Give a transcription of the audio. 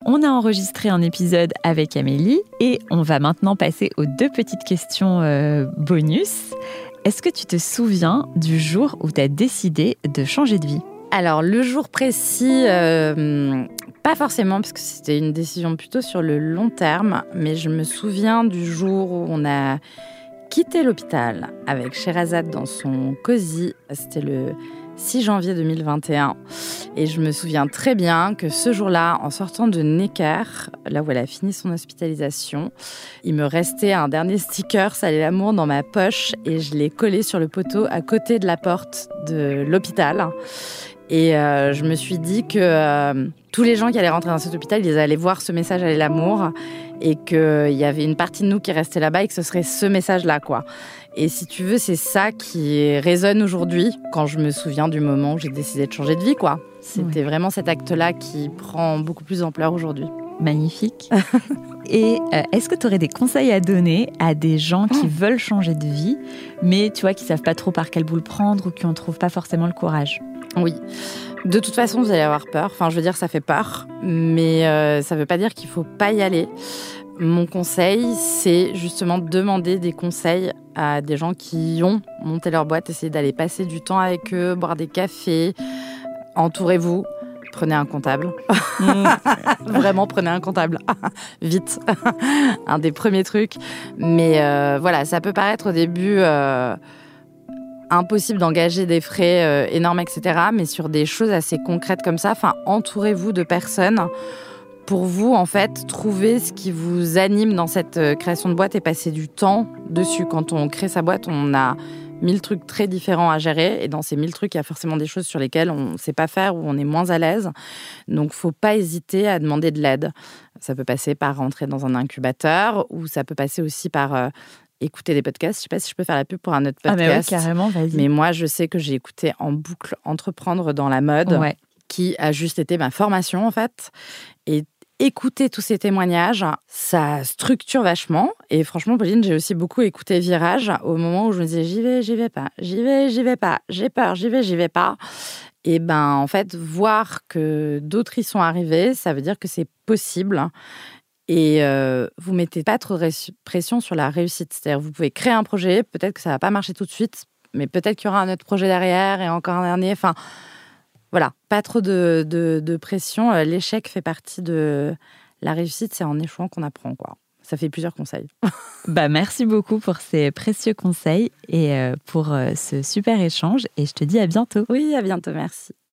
on a enregistré un épisode avec Amélie et on va maintenant passer aux 2 petites questions bonus. Est-ce que tu te souviens du jour où tu as décidé de changer de vie ? Alors, le jour précis, pas forcément, parce que c'était une décision plutôt sur le long terme, mais je me souviens du jour où on a quitté l'hôpital avec Sherazade dans son cosy. C'était le 6 janvier 2021. Et je me souviens très bien que ce jour-là, en sortant de Necker, là où elle a fini son hospitalisation, il me restait un dernier sticker Salut l'amour dans ma poche et je l'ai collé sur le poteau à côté de la porte de l'hôpital. Et je me suis dit que tous les gens qui allaient rentrer dans cet hôpital, ils allaient voir ce message Allez l'amour et qu'il y avait une partie de nous qui restait là-bas et que ce serait ce message-là, quoi. Et si tu veux, c'est ça qui résonne aujourd'hui quand je me souviens du moment où j'ai décidé de changer de vie, quoi. C'était vraiment cet acte-là qui prend beaucoup plus d'ampleur aujourd'hui. Magnifique. Et est-ce que tu aurais des conseils à donner à des gens qui veulent changer de vie, mais tu vois, qui ne savent pas trop par quel bout le prendre ou qui n'en trouvent pas forcément le courage ? Oui. De toute façon, vous allez avoir peur. Enfin, je veux dire, ça fait peur. Mais ça ne veut pas dire qu'il ne faut pas y aller. Mon conseil, c'est justement de demander des conseils à des gens qui ont monté leur boîte. Essayez d'aller passer du temps avec eux, boire des cafés. Entourez-vous. Prenez un comptable. Vraiment, prenez un comptable. Vite. Un des premiers trucs. Mais voilà, ça peut paraître au début impossible d'engager des frais énormes, etc. Mais sur des choses assez concrètes comme ça, entourez-vous de personnes pour vous, en fait, trouver ce qui vous anime dans cette création de boîte et passer du temps dessus. Quand on crée sa boîte, on a 1000 trucs très différents à gérer. Et dans ces 1000 trucs, il y a forcément des choses sur lesquelles on ne sait pas faire ou on est moins à l'aise. Donc, il ne faut pas hésiter à demander de l'aide. Ça peut passer par rentrer dans un incubateur ou ça peut passer aussi par écouter des podcasts. Je ne sais pas si je peux faire la pub pour un autre podcast. Ah, mais oui, carrément, vas-y. Mais moi, je sais que j'ai écouté en boucle Entreprendre dans la mode, qui a juste été ma formation, en fait. Et écouter tous ces témoignages, ça structure vachement. Et franchement, Pauline, j'ai aussi beaucoup écouté Virage au moment où je me disais j'y vais pas, j'y vais pas, j'ai peur, j'y vais pas. Et en fait, voir que d'autres y sont arrivés, ça veut dire que c'est possible. Et vous mettez pas trop de pression sur la réussite. C'est-à-dire, vous pouvez créer un projet, peut-être que ça va pas marcher tout de suite, mais peut-être qu'il y aura un autre projet derrière et encore un dernier. Enfin, voilà, pas trop de pression. L'échec fait partie de la réussite. C'est en échouant qu'on apprend, quoi. Ça fait plusieurs conseils. Merci beaucoup pour ces précieux conseils et pour ce super échange. Et je te dis à bientôt. Oui, à bientôt, merci.